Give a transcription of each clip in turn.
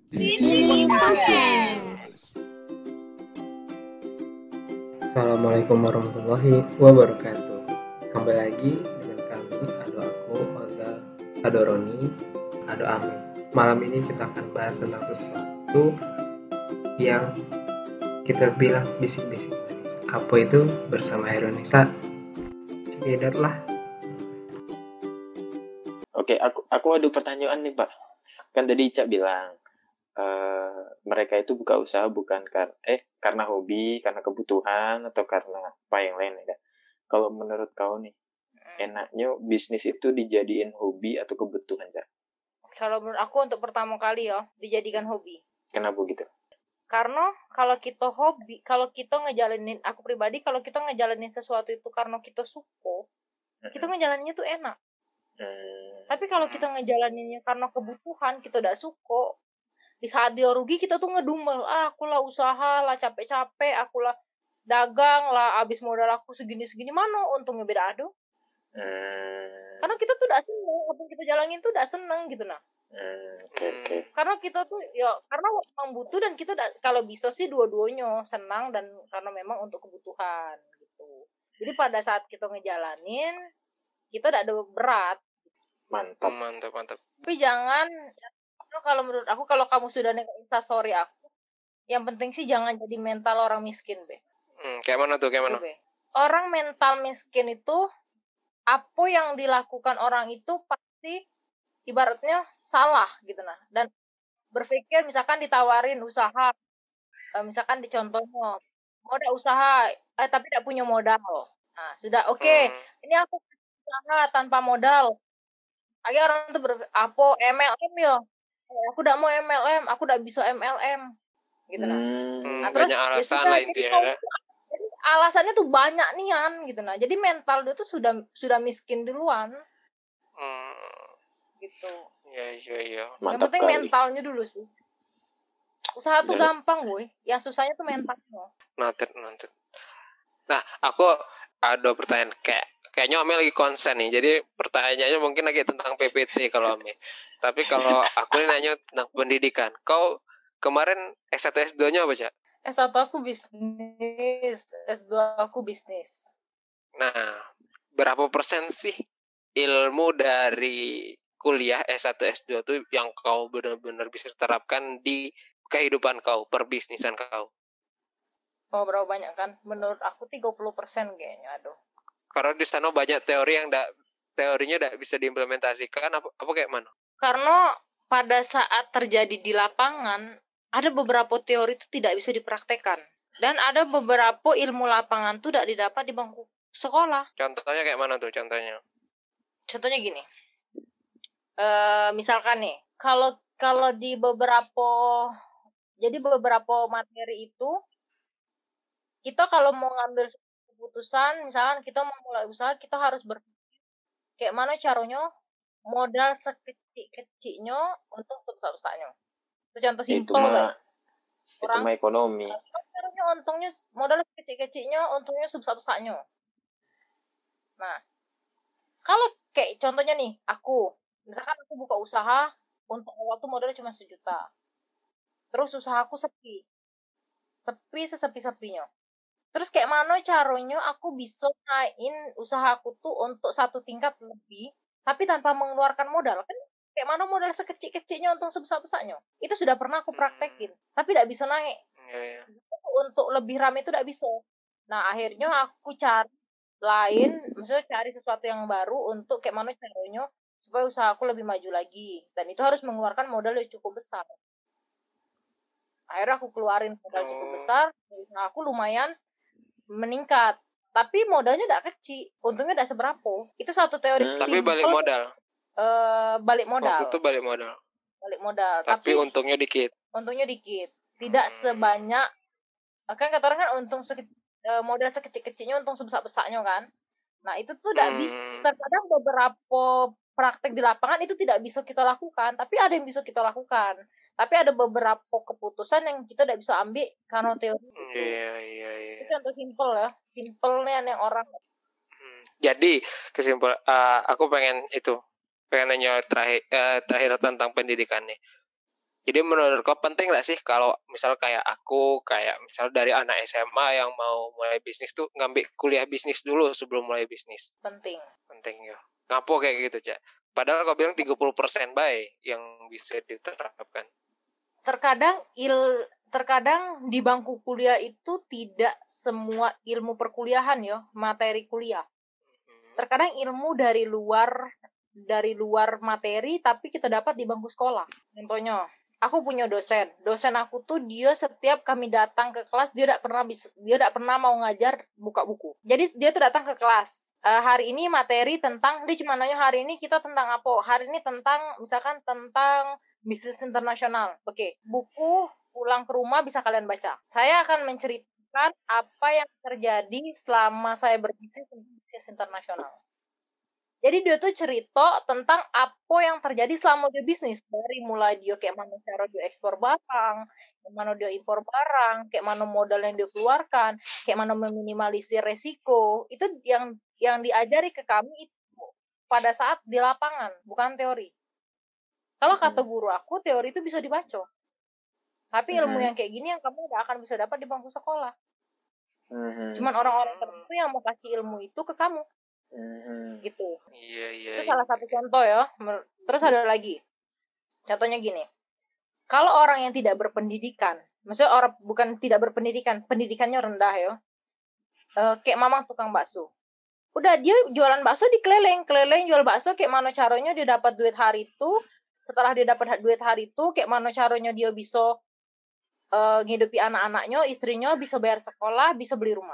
Di sini podcast. Assalamualaikum warahmatullahi wabarakatuh. Kembali lagi dengan kami, aku Oza, Roni, Ame. Malam ini kita akan bahas tentang sesuatu yang kita bilang bisik-bisik. Apa itu? Bersama Heronisa. Cekidot lah. Oke, aku ada pertanyaan nih, Pak. Kan tadi Ica bilang mereka itu buka usaha bukan karena hobi, karena kebutuhan, atau karena apa yang lain ya. Kalau menurut kau nih, enaknya bisnis itu dijadiin hobi atau kebutuhan, Cak? Kalau menurut aku untuk pertama kali dijadikan hobi. Kenapa gitu? Karena kalau kita hobi, kalau kita ngejalanin, aku pribadi kalau kita ngejalanin sesuatu itu karena kita suka, kita ngejalaninnya tuh enak. Tapi kalau kita ngejalaninnya karena kebutuhan, kita udah suka, di saat dia rugi kita tuh ngedumel, aku lah usaha lah capek-capek, aku lah dagang lah, abis modal aku segini-segini, mana untungnya beda ado. Karena kita tuh udah seneng, apa yang kita jalanin tuh udah seneng gitu nah. Okay. Karena kita tuh karena memang butuh, dan kita kalau bisa sih dua-duanya senang, dan karena memang untuk kebutuhan gitu. Jadi pada saat kita ngejalanin, kita udah ada berat. Mantap. Tapi jangan, kalau menurut aku, kalau kamu sudah nengok Instastory aku, yang penting sih jangan jadi mental orang miskin, Be. Kayak mana tuh? Be. Orang mental miskin itu, apa yang dilakukan orang itu pasti ibaratnya salah gitu nah. Dan berpikir misalkan ditawarin usaha, misalkan dicontohnya modal usaha, tapi tidak punya modal. Nah, sudah oke. Ini aku usaha tanpa modal. Akhirnya orang tuh apa MLM ya? Aku udah mau MLM, aku udah bisa MLM gitu nah. Nah, terus banyak alasan ya lah intinya. jadi alasannya tuh banyak nian gitu nah. Jadi mental dia tuh sudah miskin duluan. Gitu. Iya. Yang penting kali. Mentalnya dulu sih. Usaha tuh gampang, boy. Yang susahnya tuh mentalnya. Noted. Nah, aku ada pertanyaan kayaknya Ame lagi konsen nih. Jadi pertanyaannya mungkin lagi tentang PPT kalau Ame. Tapi kalau aku ini nanya tentang pendidikan. Kau kemarin S1 S2-nya apa, Cak? S1 aku bisnis, S2 aku bisnis. Nah, berapa persen sih ilmu dari kuliah S1 S2 tuh yang kau benar-benar bisa terapkan di kehidupan kau, perbisnisan kau? Oh, berapa banyak kan? Menurut aku 30% kayaknya, aduh. Karena di sana banyak teori yang teorinya tidak bisa diimplementasikan, apa kayak mana? Karena pada saat terjadi di lapangan, ada beberapa teori itu tidak bisa dipraktekkan. Dan ada beberapa ilmu lapangan itu tidak didapat di bangku sekolah. Contohnya kayak mana tuh contohnya? Contohnya gini. Misalkan nih, kalau di beberapa materi itu, kita kalau mau ngambil keputusan, misalkan kita mau mulai usaha, kita harus berpikir kayak mana caranya modal sekecil-kecilnya untuk sebesar-besarnya. Itu contoh simpel guys. Itu mah ekonomi. Caranya untungnya modal sekecil-kecilnya, untungnya sebesar-besarnya. Nah, kalau kayak contohnya nih, misalkan aku buka usaha, untuk awal tuh modalnya cuma 1 juta. Terus usaha aku sepi sesepi-sepinya. Terus kayak mana caranya aku bisa naikin usahaku tuh untuk 1 tingkat lebih, tapi tanpa mengeluarkan modal. Kan kayak mana modal sekecil-kecilnya untung sebesar-besarnya. Itu sudah pernah aku praktekin, tapi tidak bisa naik. Untuk lebih ramai itu tidak bisa. Nah, akhirnya aku cari maksudnya cari sesuatu yang baru untuk kayak mana caranya supaya usahaku lebih maju lagi. Dan itu harus mengeluarkan modal yang cukup besar. Akhirnya aku keluarin modal cukup besar, aku lumayan meningkat, tapi modalnya tidak kecil, untungnya tidak seberapa. Itu satu teori Tapi balik modal. Waktu itu balik modal. Tapi untungnya dikit. Tidak sebanyak, kan kata orang kan untung modal sekecil-kecilnya untung sebesar-besarnya kan. Nah, itu tuh tidak bisa. Terkadang beberapa praktek di lapangan itu tidak bisa kita lakukan, tapi ada yang bisa kita lakukan. Tapi ada beberapa keputusan yang kita tidak bisa ambil karena teori itu. Iya. Itu contoh simpelnya yang orang. Jadi kesimpulan, aku pengen nanya terakhir tentang pendidikannya. Jadi menurut kau penting nggak sih kalau misal kayak aku, kayak misal dari anak SMA yang mau mulai bisnis tuh ngambil kuliah bisnis dulu sebelum mulai bisnis? Penting. Penting ya. Ngapo kayak gitu, Cak? Padahal kau bilang 30% baik yang bisa diterapkan. Terkadang di bangku kuliah itu tidak semua ilmu perkuliahan ya, materi kuliah. Terkadang ilmu dari luar materi tapi kita dapat di bangku sekolah. Contohnya, aku punya dosen aku tuh dia setiap kami datang ke kelas dia tidak pernah mau ngajar buka buku. Jadi dia tuh datang ke kelas, hari ini materi tentang, dia cuma nanya hari ini kita tentang apa, hari ini tentang misalkan tentang bisnis internasional. Oke, buku pulang ke rumah bisa kalian baca. Saya akan menceritakan apa yang terjadi selama saya berbisnis tentang bisnis internasional. Jadi dia tuh cerita tentang apa yang terjadi selama dia bisnis. Dari mulai dia kayak mana cara dia ekspor barang, kayak mana dia impor barang, kayak mana modal yang dia keluarkan, kayak mana meminimalisir resiko. Itu yang diajari ke kami itu pada saat di lapangan, bukan teori. Kalau kata guru aku, teori itu bisa dibaca. Tapi ilmu yang kayak gini yang kamu gak akan bisa dapat di bangku sekolah. Cuman orang-orang tertentu yang mau kasih ilmu itu ke kamu. Gitu. Iya. Itu salah satu contoh ya. Terus ada lagi. Contohnya gini. Kalau orang yang tidak berpendidikan, maksudnya orang bukan tidak berpendidikan, pendidikannya rendah ya. Kayak mamang tukang bakso. Udah dia jualan bakso di keleleng jual bakso, kayak mana caranya dia dapat duit hari itu. Setelah dia dapat duit hari itu, kayak mana caranya dia bisa ngidupi anak-anaknya, istrinya, bisa bayar sekolah, bisa beli rumah.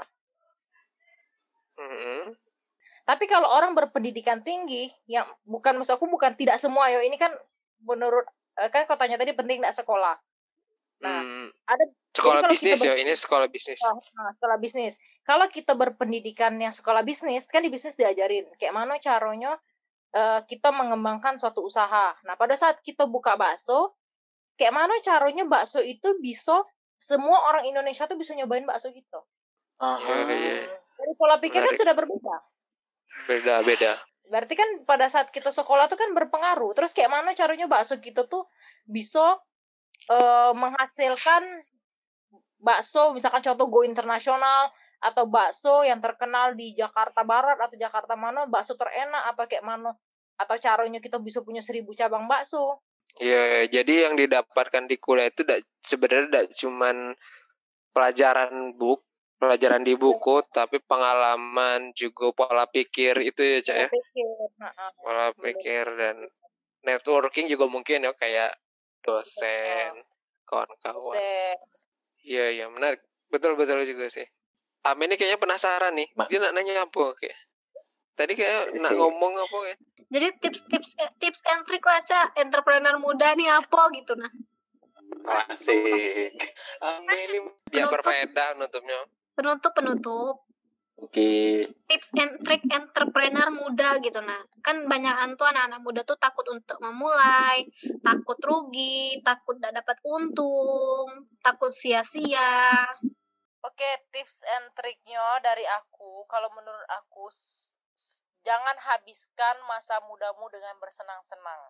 Tapi kalau orang berpendidikan tinggi, yang bukan, maksud aku bukan tidak semua ya, ini kan menurut kan katanya tadi penting nggak sekolah. Nah, ada sekolah bisnis ya, ini sekolah bisnis. Sekolah bisnis. Kalau kita berpendidikan yang sekolah bisnis, kan di bisnis diajarin kayak mana caranya kita mengembangkan suatu usaha. Nah, pada saat kita buka bakso, kayak mana caranya bakso itu bisa semua orang Indonesia tuh bisa nyobain bakso gitu. Iya. Dari pola pikir kan sudah berbeda. Beda. Berarti kan pada saat kita sekolah tuh kan berpengaruh. Terus kayak mana caranya bakso kita tuh bisa menghasilkan bakso, misalkan contoh go internasional, atau bakso yang terkenal di Jakarta Barat atau Jakarta mana, bakso terenak atau kayak mana, atau caranya kita bisa punya 1000 cabang bakso. Iya, jadi yang didapatkan di kuliah itu sebenarnya tidak cuman pelajaran di buku, tapi pengalaman juga pola pikir itu ya, Cak ya. Pola pikir dan networking juga mungkin ya, kayak dosen, kawan-kawan. Iya, menarik. Betul juga sih. Amin ini kayaknya penasaran nih. Dia nak nanya apa kayak. Tadi kayak nak ngomong apa ya? Jadi tips and trick lah, Cak, entrepreneur muda nih apa gitu nah. Asik. Amin ini biar berfaedah nutupnya. Penutup. Oke. Tips and trick entrepreneur muda gitu nah. Kan banyak tuh anak-anak muda tuh takut untuk memulai, takut rugi, takut tidak dapat untung, takut sia-sia. Oke, tips and triknya dari aku, kalau menurut aku, jangan habiskan masa mudamu dengan bersenang-senang.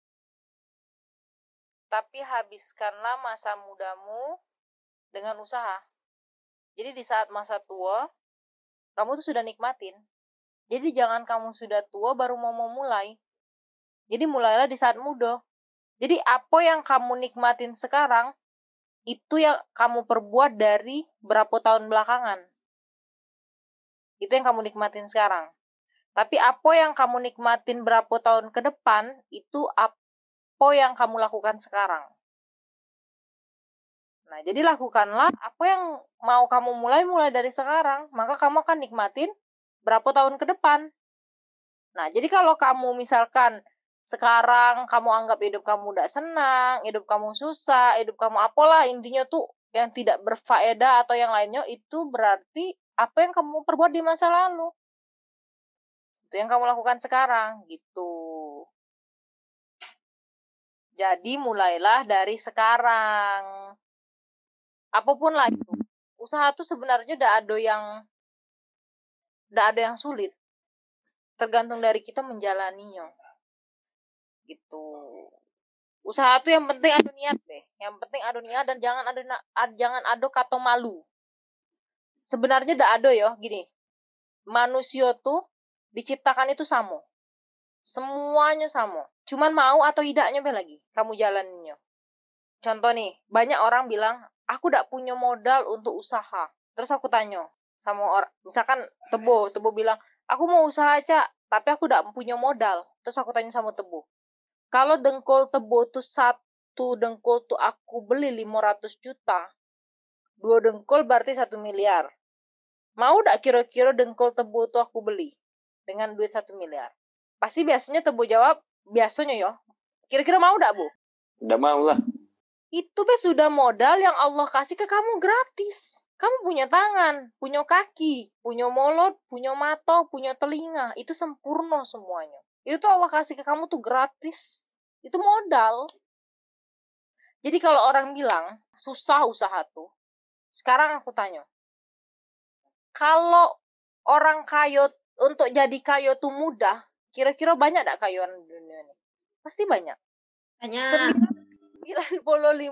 Tapi habiskanlah masa mudamu dengan usaha. Jadi di saat masa tua, kamu tuh sudah nikmatin. Jadi jangan kamu sudah tua baru mau memulai. Jadi mulailah di saat muda. Jadi apa yang kamu nikmatin sekarang, itu yang kamu perbuat dari berapa tahun belakangan. Itu yang kamu nikmatin sekarang. Tapi apa yang kamu nikmatin berapa tahun ke depan, itu apa yang kamu lakukan sekarang. Nah, jadi lakukanlah apa yang mau kamu mulai dari sekarang. Maka kamu akan nikmatin berapa tahun ke depan. Nah, jadi kalau kamu misalkan sekarang kamu anggap hidup kamu udah senang, hidup kamu susah, hidup kamu apalah, intinya tuh yang tidak berfaedah atau yang lainnya, itu berarti apa yang kamu perbuat di masa lalu. Itu yang kamu lakukan sekarang, gitu. Jadi mulailah dari sekarang. Apapun lah itu. Usaha tuh sebenarnya udah ada yang sulit. Tergantung dari kita menjalaninya. Gitu. Usaha tuh yang penting adu niat deh. Yang penting adu niat dan jangan ado kato malu. Sebenarnya udah ado ya, gini. Manusia tuh diciptakan itu sama. Semuanya sama. Cuman mau atau tidaknya lagi kamu jalaninnya. Contoh nih, banyak orang bilang, aku gak punya modal untuk usaha. Terus aku tanya sama orang, misalkan Tebo bilang, aku mau usaha aja, tapi aku gak punya modal. Terus aku tanya sama Tebo, kalau dengkul Tebo tuh satu dengkul tuh aku beli 500 juta, 2 dengkul berarti 1 miliar. Mau gak kira-kira dengkul Tebo tuh aku beli dengan duit 1 miliar? Pasti biasanya Tebo jawab, biasanya ya. Kira-kira mau gak, Bu? Udah mau lah. Itu sudah modal yang Allah kasih ke kamu gratis. Kamu punya tangan, punya kaki, punya mulut, punya mata, punya telinga. Itu sempurna semuanya. Itu tuh Allah kasih ke kamu tuh gratis. Itu modal. Jadi kalau orang bilang susah usaha tuh, sekarang aku tanya. Kalau orang kaya, untuk jadi kaya tuh mudah, kira-kira banyak gak kayaan di dunia ini? Pasti banyak. Banyak. 95%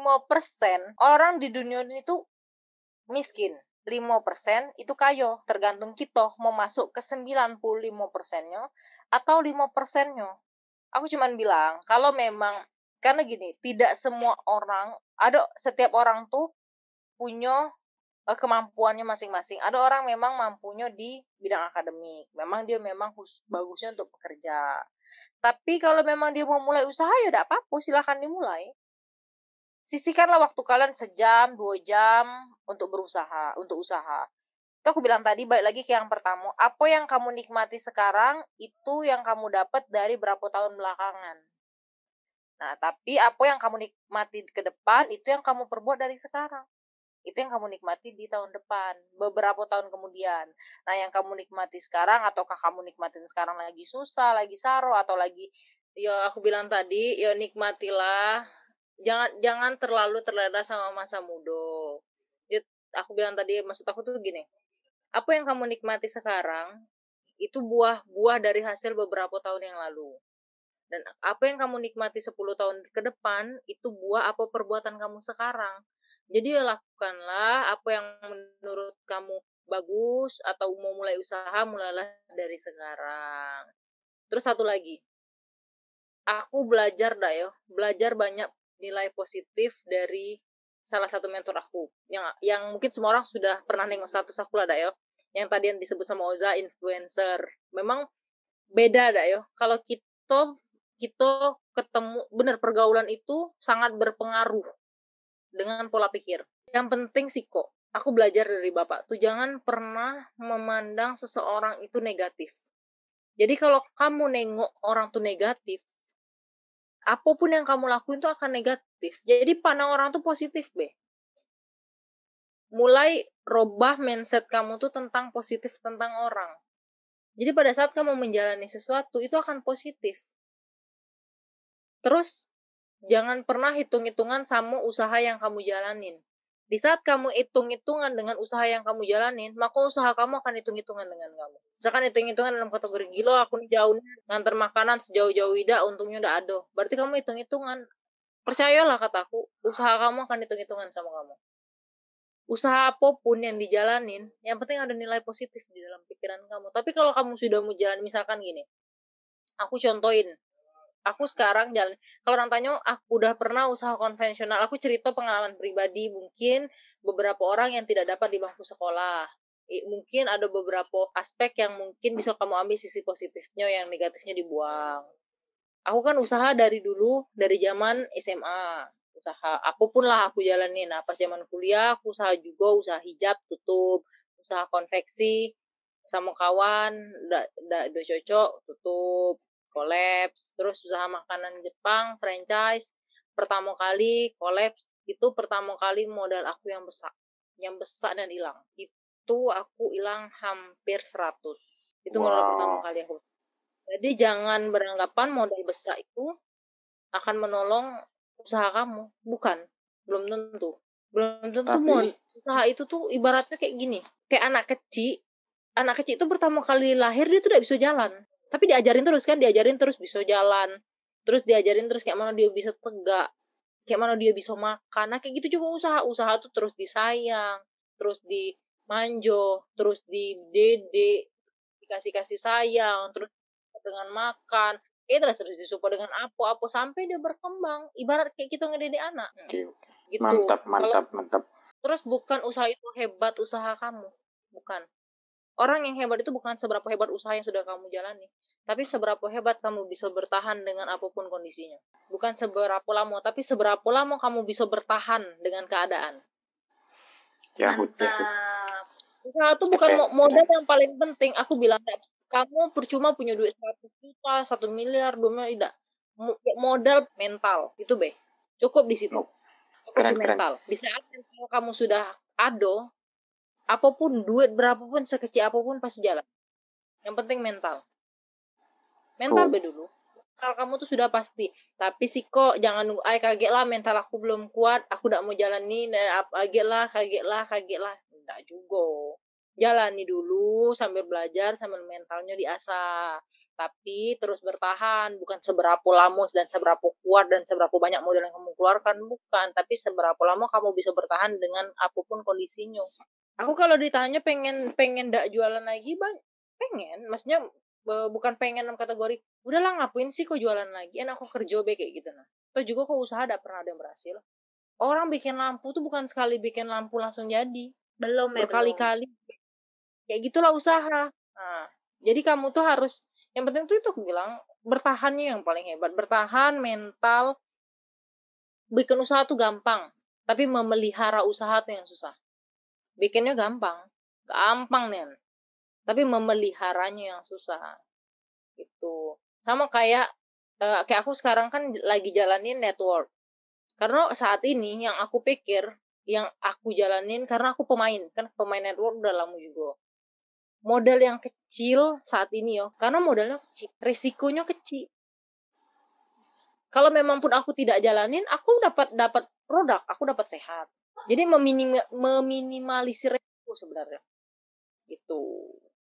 orang di dunia ini tuh miskin. 5% itu kaya. Tergantung kita mau masuk ke 95%-nya atau 5%-nya. Aku cuman bilang, kalau memang, karena gini, tidak semua orang, setiap orang tuh punya kemampuannya masing-masing. Ada orang memang mampunya di bidang akademik. Memang dia bagusnya untuk bekerja. Tapi kalau memang dia mau mulai usaha, ya tidak apa-apa, silakan dimulai. Sisihkanlah waktu kalian 1 jam, 2 jam untuk berusaha, untuk usaha. Itu aku bilang tadi, balik lagi ke yang pertama. Apa yang kamu nikmati sekarang, itu yang kamu dapat dari berapa tahun belakangan. Nah, tapi apa yang kamu nikmati ke depan, itu yang kamu perbuat dari sekarang. Itu yang kamu nikmati di tahun depan, beberapa tahun kemudian. Nah, yang kamu nikmati sekarang, ataukah kamu nikmatin sekarang lagi susah, lagi saro, atau lagi, ya aku bilang tadi, ya nikmatilah. Jangan terlalu terlena sama masa muda. Ya, aku bilang tadi, maksud aku tuh gini. Apa yang kamu nikmati sekarang, itu buah dari hasil beberapa tahun yang lalu. Dan apa yang kamu nikmati 10 tahun ke depan, itu buah apa perbuatan kamu sekarang. Jadi lakukanlah apa yang menurut kamu bagus, atau mau mulai usaha, mulailah dari sekarang. Terus satu lagi, aku belajar banyak nilai positif dari salah satu mentor aku, yang mungkin semua orang sudah pernah nengok status aku lah yang tadi yang disebut sama Oza, influencer. Memang beda kalau kita ketemu, benar, pergaulan itu sangat berpengaruh dengan pola pikir. Yang penting sih kok, aku belajar dari Bapak tuh, jangan pernah memandang seseorang itu negatif. Jadi kalau kamu nengok orang tuh negatif, apapun yang kamu lakuin tuh akan negatif. Jadi pandang orang tuh positif, Be. Mulai robah mindset kamu tuh tentang positif tentang orang. Jadi pada saat kamu menjalani sesuatu, itu akan positif. Terus, jangan pernah hitung-hitungan sama usaha yang kamu jalanin. Di saat kamu hitung-hitungan dengan usaha yang kamu jalanin, maka usaha kamu akan hitung-hitungan dengan kamu. Misalkan hitung-hitungan dalam kategori, gila aku nih jauh nganter makanan sejauh-jauh ida, untungnya udah ada. Berarti kamu hitung-hitungan. Percayalah kataku, usaha kamu akan hitung-hitungan sama kamu. Usaha apapun yang dijalanin, yang penting ada nilai positif di dalam pikiran kamu. Tapi kalau kamu sudah mau jalan, misalkan gini, aku contohin, aku sekarang jalan, kalau orang tanya, aku udah pernah usaha konvensional, aku cerita pengalaman pribadi, mungkin beberapa orang yang tidak dapat di bangku sekolah. Mungkin ada beberapa aspek yang mungkin bisa kamu ambil sisi positifnya, yang negatifnya dibuang. Aku kan usaha dari dulu, dari zaman SMA. Usaha apapun lah aku jalanin. Nah, pas zaman kuliah, aku usaha juga, usaha hijab tutup, usaha konveksi sama kawan, udah cocok, tutup, kolaps. Terus usaha makanan Jepang, franchise, pertama kali kolaps, itu pertama kali modal aku yang besar dan hilang. Itu aku hilang hampir 100. Itu modal pertama kali aku. Jadi jangan beranggapan modal besar itu akan menolong usaha kamu. Bukan. Belum tentu. Usaha itu tuh ibaratnya kayak gini. Kayak anak kecil. Anak kecil itu pertama kali lahir, dia tuh tidak bisa jalan. Tapi diajarin terus bisa jalan. terus diajarin terus kayak mana dia bisa tegak, kayak mana dia bisa makan. Nah kayak gitu juga usaha tuh terus disayang, terus dimanjo, terus didede, dikasih sayang, terus dengan makan, terus disupport dengan apa sampai dia berkembang. Ibarat kayak kita ngedidik anak. Oke. Gitu. Mantap. Terus bukan usaha itu hebat usaha kamu, bukan. Orang yang hebat itu bukan seberapa hebat usaha yang sudah kamu jalani, tapi seberapa hebat kamu bisa bertahan dengan apapun kondisinya. Bukan seberapa lama, tapi seberapa lama kamu bisa bertahan dengan keadaan. Yahut. Usaha itu bukan modal yang paling penting. Aku bilang, kamu percuma punya duit 100 juta, 1 miliar, 2 miliar, tidak. Modal mental, itu be. Cukup di situ. Cukup di mental. Di saat mental kamu sudah ada, apapun duit berapapun sekecil apapun pasti jalan. Yang penting mental. Mental be dulu. Mental kamu tuh sudah pasti. Tapi sih kok jangan nunggu kaget lah mental aku belum kuat, aku tidak mau jalani, kaget lah. Enggak juga. Jalani dulu sambil belajar, sambil mentalnya diasah. Tapi terus bertahan, bukan seberapa lama dan seberapa kuat dan seberapa banyak modal yang kamu keluarkan, bukan. Tapi seberapa lama kamu bisa bertahan dengan apapun kondisinya. Aku kalau ditanya pengen ndak jualan lagi, pengen. Maksudnya bukan pengen dalam kategori, udahlah ngapain sih kok jualan lagi, enak kok kerja kayak gitu. Nah. Atau juga kok usaha ndak pernah ada yang berhasil. Orang bikin lampu tuh bukan sekali bikin lampu langsung jadi. Belum berkali-kali. Kayak gitulah usaha. Nah, jadi kamu tuh harus, yang penting tuh itu aku bilang, bertahannya yang paling hebat. Bertahan, mental. Bikin usaha tuh gampang. Tapi memelihara usaha tuh yang susah. Bikinnya gampang nih. Tapi memeliharanya yang susah. Gitu. Sama kayak aku sekarang kan lagi jalanin network. Karena saat ini yang aku pikir, yang aku jalanin karena aku pemain network udah lama juga. Modal yang kecil saat ini karena modalnya kecil, resikonya kecil. Kalau memang pun aku tidak jalanin, aku dapat produk, aku dapat sehat. Jadi meminimalisir resiko sebenarnya. Gitu.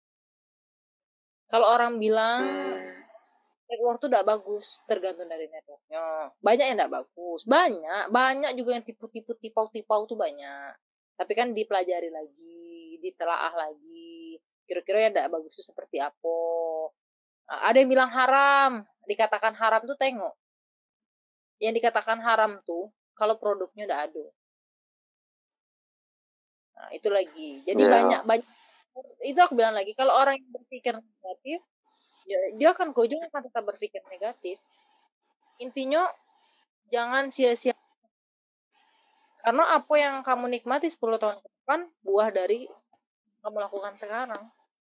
Kalau orang bilang network itu tidak bagus, tergantung dari networknya. Banyak yang tidak bagus, banyak juga yang tipu-tipu, tipau-tipau tuh banyak. Tapi kan dipelajari lagi, ditelaah lagi. Kira-kira yang tidak bagus itu seperti apa. Ada yang bilang haram, dikatakan haram tuh tengok. Yang dikatakan haram tuh kalau produknya tidak ada. Nah, itu lagi. Jadi banyak itu aku bilang lagi, kalau orang yang berpikir negatif, dia akan tetap berpikir negatif. Intinya jangan sia-sia. Karena apa yang kamu nikmati 10 tahun ke depan buah dari kamu lakukan sekarang.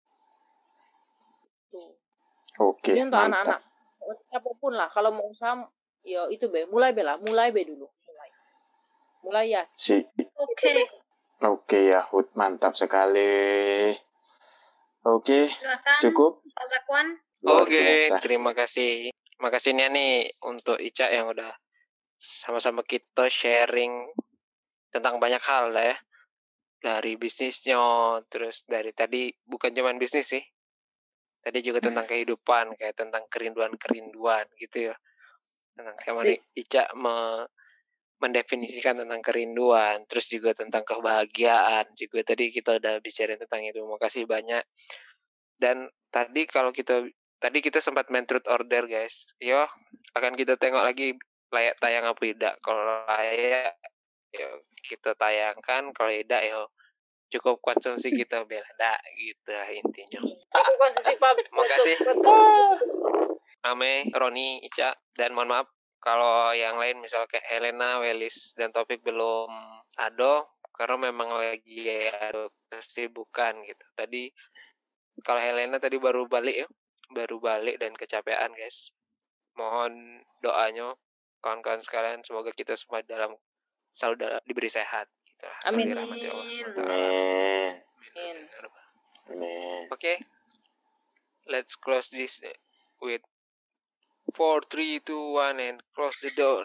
Tuh. Oke, jadi untuk anak-anak apapun lah, kalau mau usaha ya itu mulai dulu. Mulai ya. Oke ya, Hud, mantap sekali. Oke, cukup. Oke, terima kasih. Makasihnya nih untuk Ica yang udah sama-sama kita sharing tentang banyak hal lah ya. Dari bisnisnya, terus dari tadi bukan cuma bisnis sih. Tadi juga tentang kehidupan, kayak tentang kerinduan gitu ya. Tentang kayak mana Ica mendefinisikan tentang kerinduan, terus juga tentang kebahagiaan. Juga tadi kita udah bicara tentang itu. Makasih banyak. Dan tadi kita sempat main truth order guys. Yo, akan kita tengok lagi layak tayang apa tidak. Kalau layak, yo kita tayangkan. Kalau tidak, yo cukup konsumsi kita beda gitu intinya. Makasih Ame, Roni, Ica, dan mohon maaf kalau yang lain misal kayak Helena, Welis, dan Topik belum ada karena memang lagi ada kesibukan gitu. Tadi kalau Helena tadi baru balik dan kecapean guys. Mohon doanya kawan-kawan sekalian, semoga kita semua selalu diberi sehat. Amin. Dirahmati Allah SWT. Amin. Okay, let's close this with 4, 3, 2, 1 and close the door.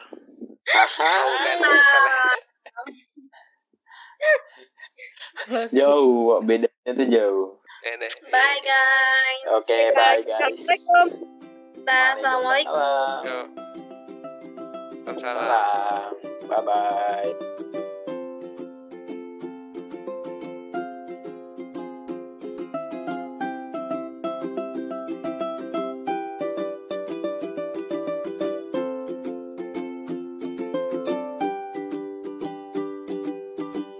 Jauh, bedanya tuh jauh. Bye guys. Oke, bye guys. kita. Assalamualaikum. Waalaikumsalam. Yuk. Waalaikumsalam. Salam. Bye bye.